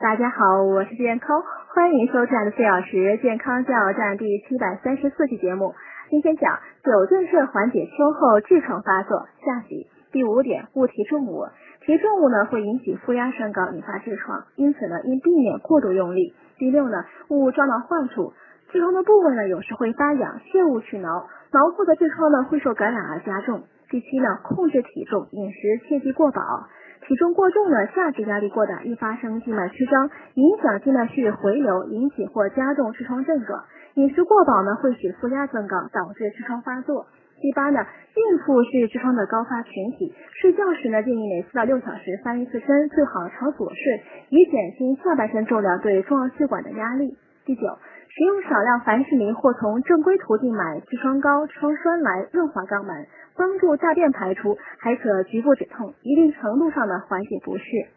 大家好，我是健康，欢迎收看4小时健康加油站第734期节目。今天讲酒正是缓解秋后痔疮发作下集。第5点，勿提重物。提重物呢会引起负压升高，引发痔疮，因此呢应避免过度用力。第6呢，勿撞到患处。痔疮的部位呢有时会发痒，切勿去挠，挠破的痔疮呢会受感染而加重。第7呢，控制体重，饮食切忌过饱。体重过重呢，下肢压力过大，易发生静脉曲张，影响静脉血液回流，引起或加重痔疮症状。饮食过饱呢，会使负压增高，导致痔疮发作。第8呢，孕妇是痔疮的高发群体，睡觉时呢，建议每4到6小时翻1次身，最好朝左睡，以减轻下半身重量对重要血管的压力。第9，使用少量凡士林或从正规途径买痔疮膏、痔疮栓来润滑肛门，帮助大便排出，还可局部止痛，一定程度上的缓解不适。